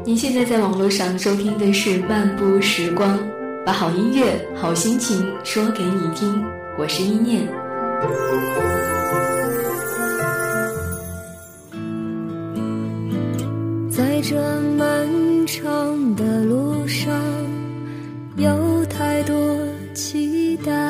您现在在网络上收听的是漫步时光，把好音乐、好心情说给你听，我是一念。 在这漫长的路上，有太多期待，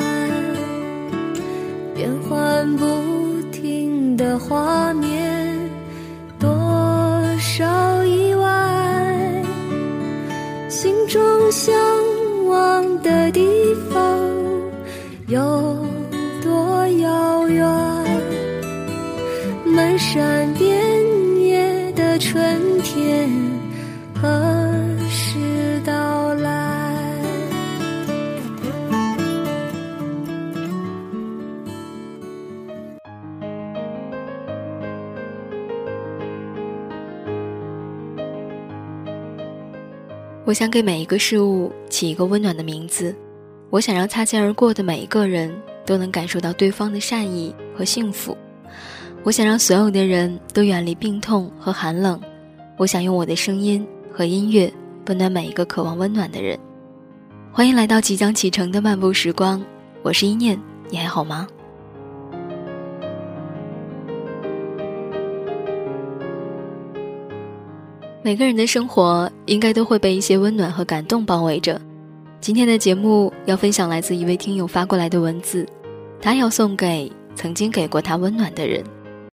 变幻不停的画面，多少意外，心中向往的地方有多遥远，漫山遍野的春天何时到来？ 我想给每一个事物起一个温暖的名字，我想让擦肩而过的每一个人都能感受到对方的善意和幸福，我想让所有的人都远离病痛和寒冷，我想用我的声音和音乐温暖每一个渴望温暖的人。欢迎来到即将启程的漫步时光，我是一念，你还好吗？每个人的生活应该都会被一些温暖和感动包围着。今天的节目要分享来自一位听友发过来的文字，他要送给曾经给过他温暖的人。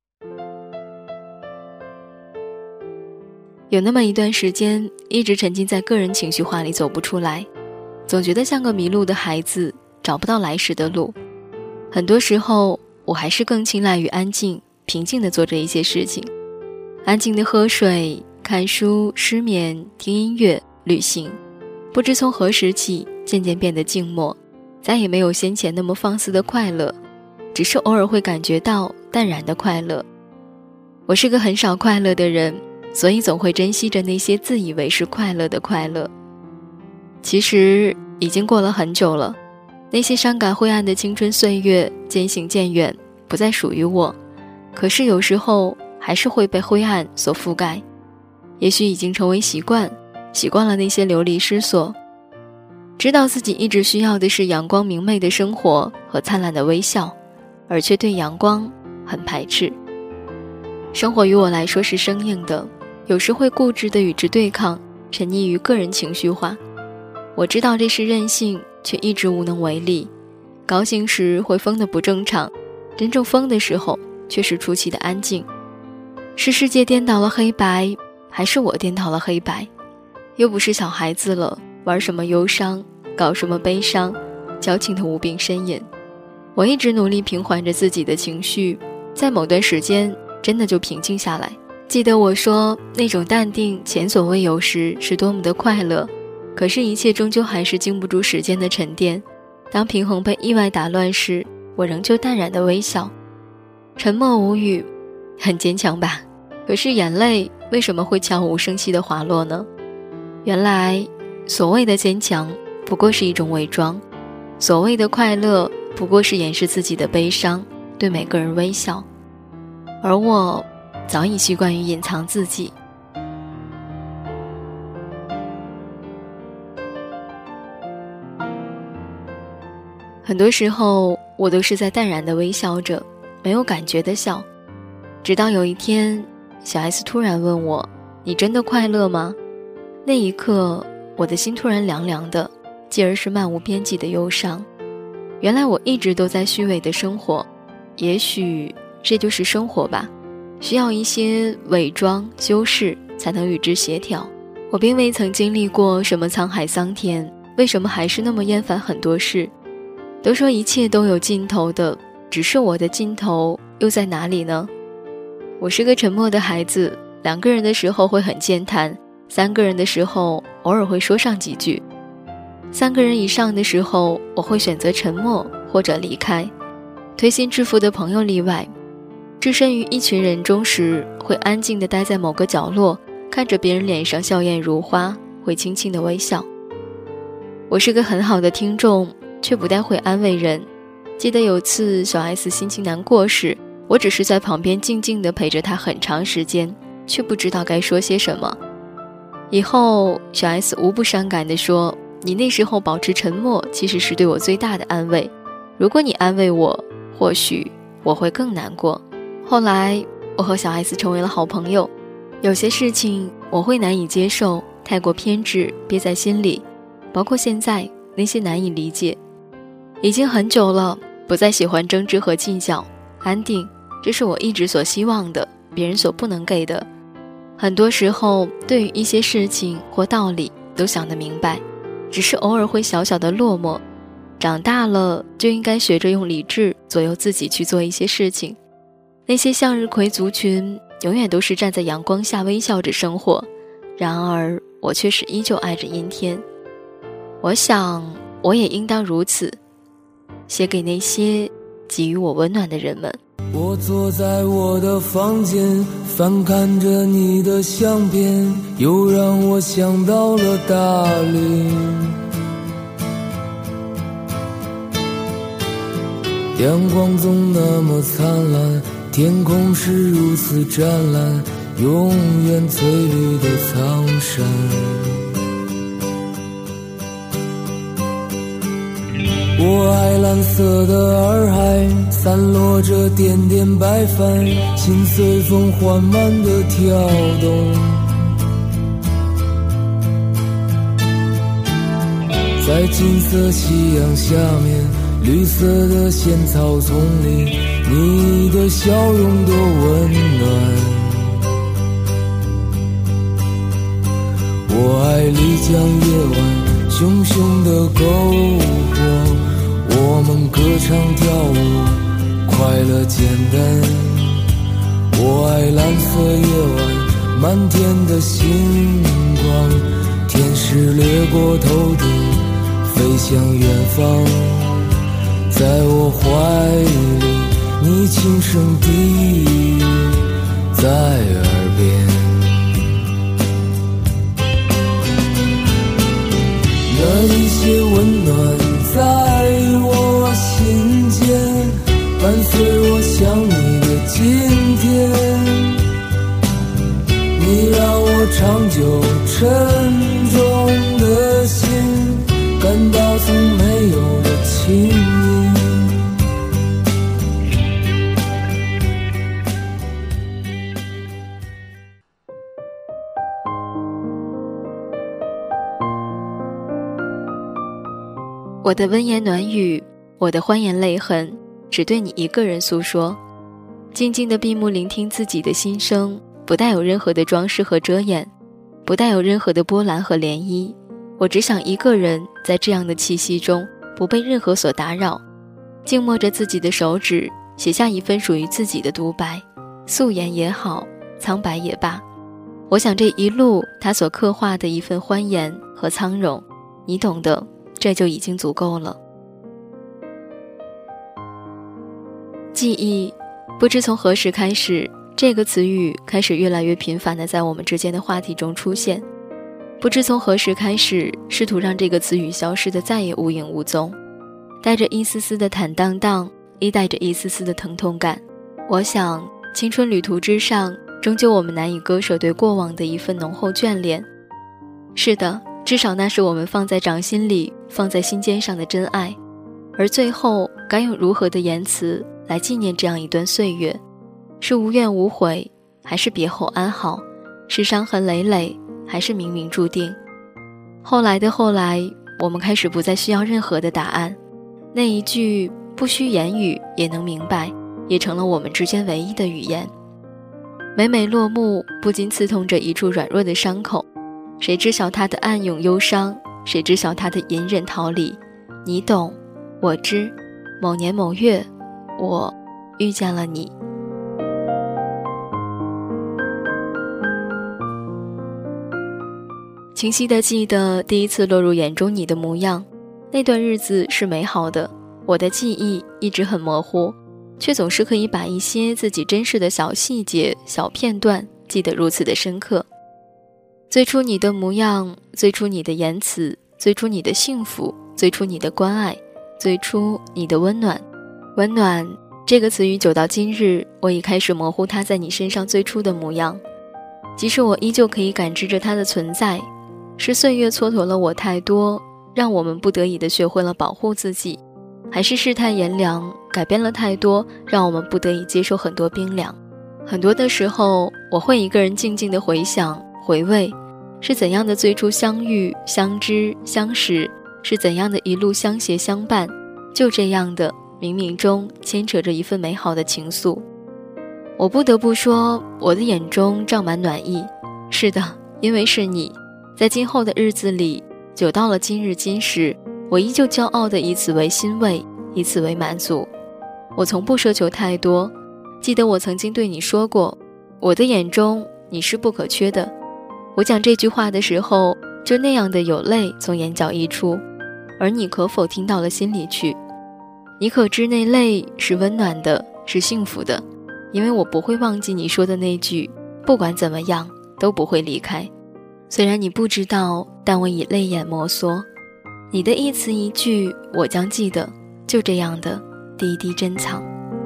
有那么一段时间，一直沉浸在个人情绪化里走不出来，总觉得像个迷路的孩子，找不到来时的路。很多时候，我还是更青睐于安静、平静地做着一些事情，安静地喝水、看书、失眠、听音乐、旅行。不知从何时起，渐渐变得静默，再也没有先前那么放肆的快乐，只是偶尔会感觉到淡然的快乐。我是个很少快乐的人，所以总会珍惜着那些自以为是快乐的快乐。其实已经过了很久了，那些伤感灰暗的青春岁月渐行渐远，不再属于我。可是有时候还是会被灰暗所覆盖，也许已经成为习惯，习惯了那些流离失所，知道自己一直需要的是阳光明媚的生活和灿烂的微笑，而却对阳光很排斥。生活于我来说是生硬的，有时会固执地与之对抗，沉溺于个人情绪化。我知道这是任性，却一直无能为力。高兴时会疯得不正常，真正疯的时候却是出奇的安静。是世界颠倒了黑白，还是我颠倒了黑白？又不是小孩子了，玩什么忧伤，搞什么悲伤，矫情的无病呻吟。我一直努力平缓着自己的情绪，在某段时间真的就平静下来。记得我说那种淡定前所未有时是多么的快乐，可是一切终究还是经不住时间的沉淀。当平衡被意外打乱时，我仍旧淡然的微笑，沉默无语，很坚强吧？可是眼泪为什么会悄无声息地滑落呢？原来所谓的坚强不过是一种伪装，所谓的快乐不过是掩饰自己的悲伤，对每个人微笑。而我早已习惯于隐藏自己。很多时候我都是在淡然地微笑着，没有感觉的笑。直到有一天，小 S 突然问我，你真的快乐吗？那一刻我的心突然凉凉的，继而是漫无边际的忧伤。原来我一直都在虚伪的生活，也许这就是生活吧，需要一些伪装修饰才能与之协调。我并未曾经历过什么沧海桑田，为什么还是那么厌烦很多事？都说一切都有尽头的，只是我的尽头又在哪里呢？我是个沉默的孩子，2个人的时候会很健谈，3个人的时候偶尔会说上几句，3个人以上的时候我会选择沉默或者离开。推心置腹的朋友例外，置身于一群人中时，会安静地待在某个角落，看着别人脸上笑靥如花，会轻轻地微笑。我是个很好的听众，却不太会安慰人。记得有次小 S 心情难过时，我只是在旁边静静地陪着她很长时间，却不知道该说些什么。 以后小 S 无不伤感地说，你那时候保持沉默其实是对我最大的安慰，如果你安慰我，或许我会更难过。后来我和小 S 成为了好朋友，有些事情我会难以接受，太过偏执憋在心里，包括现在那些难以理解。已经很久了，不再喜欢争执和计较，安定，这是我一直所希望的，别人所不能给的。很多时候对于一些事情或道理都想得明白，只是偶尔会小小的落寞。长大了就应该学着用理智左右自己去做一些事情。那些向日葵族群永远都是站在阳光下微笑着生活，然而我却是依旧爱着阴天。我想我也应当如此，写给那些给予我温暖的人们。 我坐在我的房间，翻看着你的相片，又让我想到了大理。阳光总那么灿烂，天空是如此湛蓝，永远翠绿的苍山。我爱蓝色的洱海，散落着点点白帆，心随风缓慢地跳动。在金色夕阳下面，绿色的仙草丛里，你的笑容多温暖。我爱丽江夜晚熊熊的篝火，我们歌唱跳舞，快乐简单。我爱蓝色夜晚满天的星光，天使掠过头顶，飞向远方。在我怀里，你轻声低语在耳边。那一些温暖在我心间，伴随我想你的今天。你让我长久沉重的心感到从没有的轻易。 我的温言暖语，我的欢颜泪痕，只对你一个人诉说。静静的闭目聆听自己的心声，不带有任何的装饰和遮掩，不带有任何的波澜和涟漪。我只想一个人在这样的气息中，不被任何所打扰，静默着自己的手指，写下一份属于自己的独白，素颜也好，苍白也罢。我想这一路他所刻画的一份欢颜和苍荣，你懂的，这就已经足够了。记忆，不知从何时开始，这个词语开始越来越频繁地在我们之间的话题中出现。不知从何时开始，试图让这个词语消失得再也无影无踪，带着一丝丝的坦荡荡，亦带着一丝丝的疼痛感。我想，青春旅途之上，终究我们难以割舍对过往的一份浓厚眷恋。是的，至少那是我们放在掌心里，放在心尖上的真爱。而最后该用如何的言辞来纪念这样一段岁月？是无怨无悔，还是别后安好？是伤痕累累，还是冥冥注定？后来的后来，我们开始不再需要任何的答案，那一句不需言语也能明白，也成了我们之间唯一的语言。每每落幕，不禁刺痛着一处软弱的伤口。谁知晓他的暗涌忧伤，谁知晓他的隐忍逃离？你懂，我知。某年某月，我遇见了你。清晰地记得第一次落入眼中你的模样，那段日子是美好的。我的记忆一直很模糊，却总是可以把一些自己真实的小细节、小片段记得如此的深刻。最初你的模样，最初你的言辞，最初你的幸福，最初你的关爱，最初你的温暖。温暖这个词语久到今日，我已开始模糊它在你身上最初的模样。 即使我依旧可以感知着它的存在，是岁月蹉跎了我太多，让我们不得已地学会了保护自己，还是世态炎凉改变了太多，让我们不得已接受很多冰凉。很多的时候，我会一个人静静地回想回味，是怎样的最初相遇相知相识，是怎样的一路相携相伴，就这样的冥冥中牵扯着一份美好的情愫。我不得不说，我的眼中胀满暖意。是的，因为是你，在今后的日子里，久到了今日今时，我依旧骄傲地以此为欣慰，以此为满足。我从不奢求太多，记得我曾经对你说过，我的眼中你是不可缺的。我讲这句话的时候，就那样的有泪从眼角溢出，而你可否听到了心里去？你可知那泪是温暖的，是幸福的，因为我不会忘记你说的那句，不管怎么样都不会离开。虽然你不知道，但我以泪眼摩挲，你的一词一句我将记得，就这样的滴滴珍藏。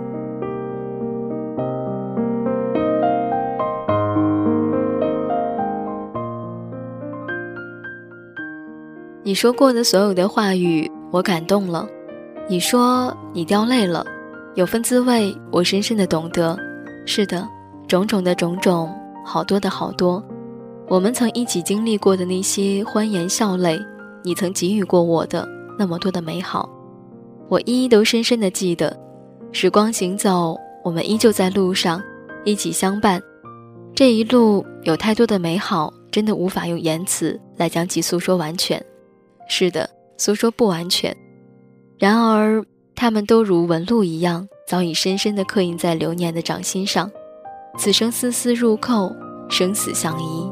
你说过的所有的话语我感动了，你说你掉泪了，有份滋味我深深的懂得。是的，种种的种种，好多的好多，我们曾一起经历过的那些欢颜笑泪，你曾给予过我的那么多的美好，我一一都深深的记得。时光行走，我们依旧在路上，一起相伴。这一路有太多的美好，真的无法用言辞来将其诉说完全。是的，诉说不完全，然而它们都如纹路一样，早已深深地刻印在流年的掌心上，此生丝丝入扣，生死相依。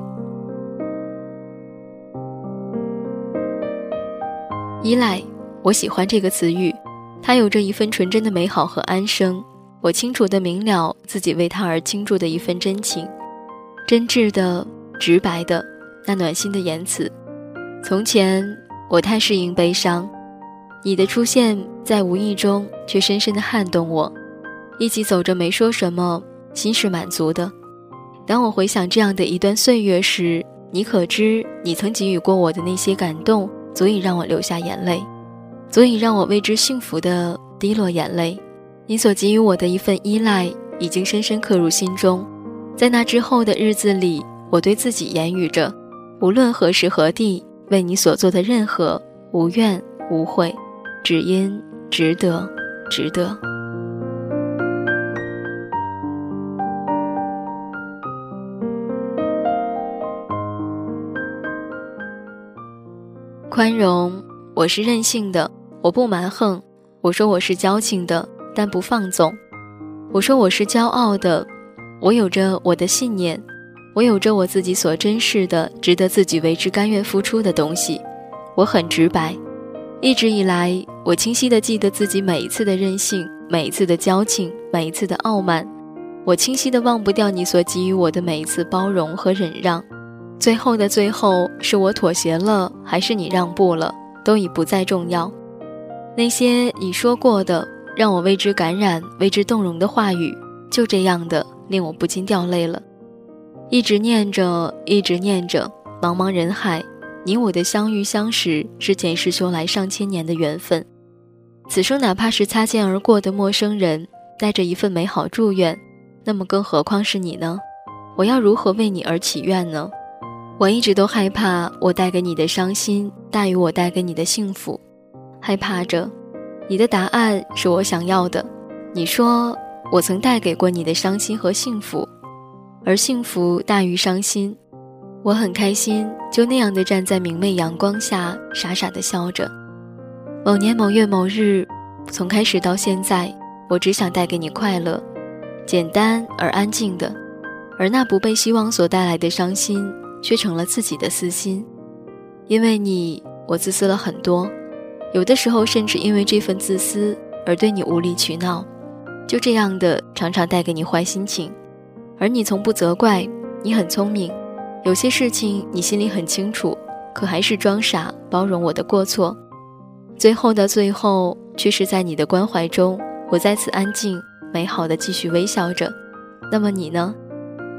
依赖，我喜欢这个词语，它有着一份纯真的美好和安生。我清楚地明了自己为它而倾注的一份真情，真挚的，直白的，那暖心的言辞。从前我太适应悲伤，你的出现在无意中却深深地撼动我，一起走着没说什么，心是满足的。当我回想这样的一段岁月时，你可知你曾给予过我的那些感动，足以让我流下眼泪，足以让我为之幸福的滴落眼泪。你所给予我的一份依赖已经深深刻入心中，在那之后的日子里，我对自己言语着，无论何时何地，为你所做的任何无怨无悔，只因值得，值得。宽容，我是任性的，我不蛮横。我说我是矫情的，但不放纵。我说我是骄傲的，我有着我的信念，我有着我自己所珍视的，值得自己为之甘愿付出的东西。我很直白，一直以来，我清晰地记得自己每一次的任性，每一次的矫情，每一次的傲慢。我清晰地忘不掉你所给予我的每一次包容和忍让。最后的最后，是我妥协了，还是你让步了，都已不再重要。那些你说过的，让我为之感染，为之动容的话语，就这样的令我不禁掉泪了。一直念着，一直念着，茫茫人海，你我的相遇相识，是前世修来上千年的缘分。此生哪怕是擦肩而过的陌生人，带着一份美好祝愿，那么更何况是你呢？我要如何为你而祈愿呢？我一直都害怕我带给你的伤心大于我带给你的幸福，害怕着你的答案是我想要的。你说我曾带给过你的伤心和幸福，而幸福大于伤心。我很开心，就那样的站在明媚阳光下，傻傻地笑着。某年某月某日，从开始到现在，我只想带给你快乐，简单而安静的，而那不被希望所带来的伤心却成了自己的私心。因为你，我自私了很多，有的时候甚至因为这份自私而对你无理取闹，就这样的常常带给你坏心情。而你从不责怪，你很聪明，有些事情你心里很清楚，可还是装傻包容我的过错。最后的最后，却是在你的关怀中，我再次安静美好的继续微笑着。那么你呢？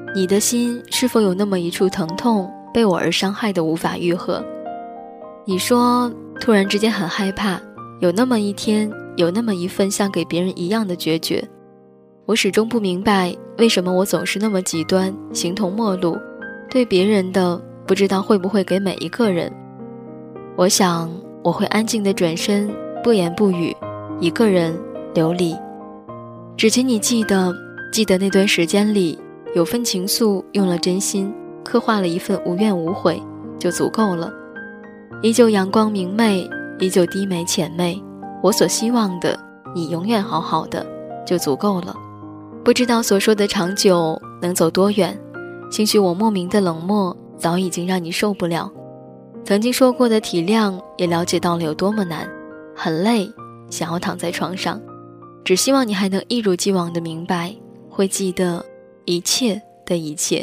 你的心是否有那么一处疼痛被我而伤害的无法愈合？你说突然之间很害怕，有那么一天，有那么一份像给别人一样的决绝。我始终不明白，为什么我总是那么极端，形同陌路，对别人的不知道会不会给每一个人。我想我会安静地转身，不言不语，一个人流离。只请你记得那段时间里，有份情愫用了真心，刻画了一份无怨无悔，就足够了。依旧阳光明媚，依旧低眉浅媚，我所希望的，你永远好好的，就足够了。不知道所说的长久能走多远，兴许我莫名的冷漠早已经让你受不了。曾经说过的体谅，也了解到了有多么难，很累，想要躺在床上，只希望你还能一如既往的明白，会记得一切的一切。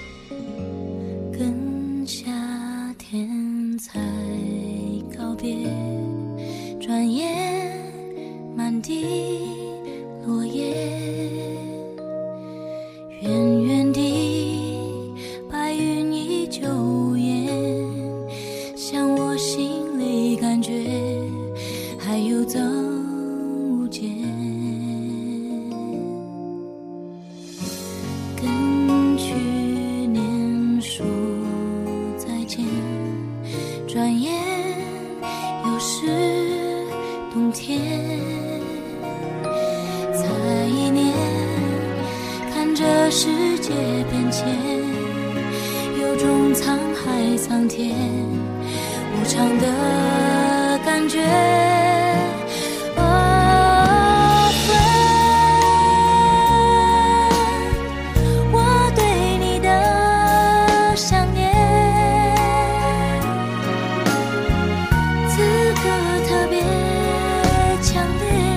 跟夏天才告别，转眼满地落叶，远远地白云依旧烟，像我心里感觉还有增无减。跟去年说再见，转眼又是冬天。才一年，看着世界变迁，有种沧海桑田无常的感觉。我对你的想念，此刻特别强烈。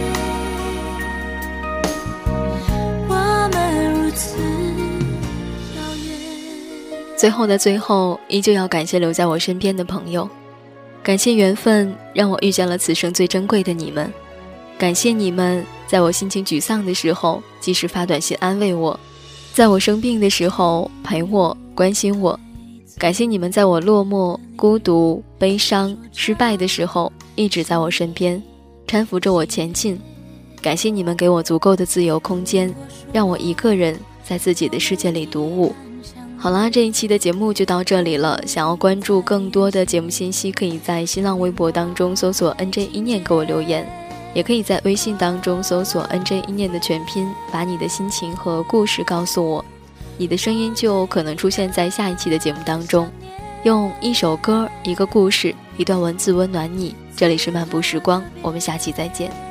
我们如此遥远。 最后的最后，依旧要感谢留在我身边的朋友，感谢缘分让我遇见了此生最珍贵的你们，感谢你们在我心情沮丧的时候及时发短信安慰我，在我生病的时候陪我关心我，感谢你们在我落寞、孤独、悲伤、失败的时候一直在我身边搀扶着我前进，感谢你们给我足够的自由空间，让我一个人在自己的世界里独舞。好啦，这一期的节目就到这里了。想要关注更多的节目信息，可以在新浪微博当中搜索 NJ 一念给我留言，也可以在微信当中搜索 NJ 一念的全拼，把你的心情和故事告诉我，你的声音就可能出现在下一期的节目当中。用一首歌、一个故事、一段文字温暖你。这里是漫步时光，我们下期再见。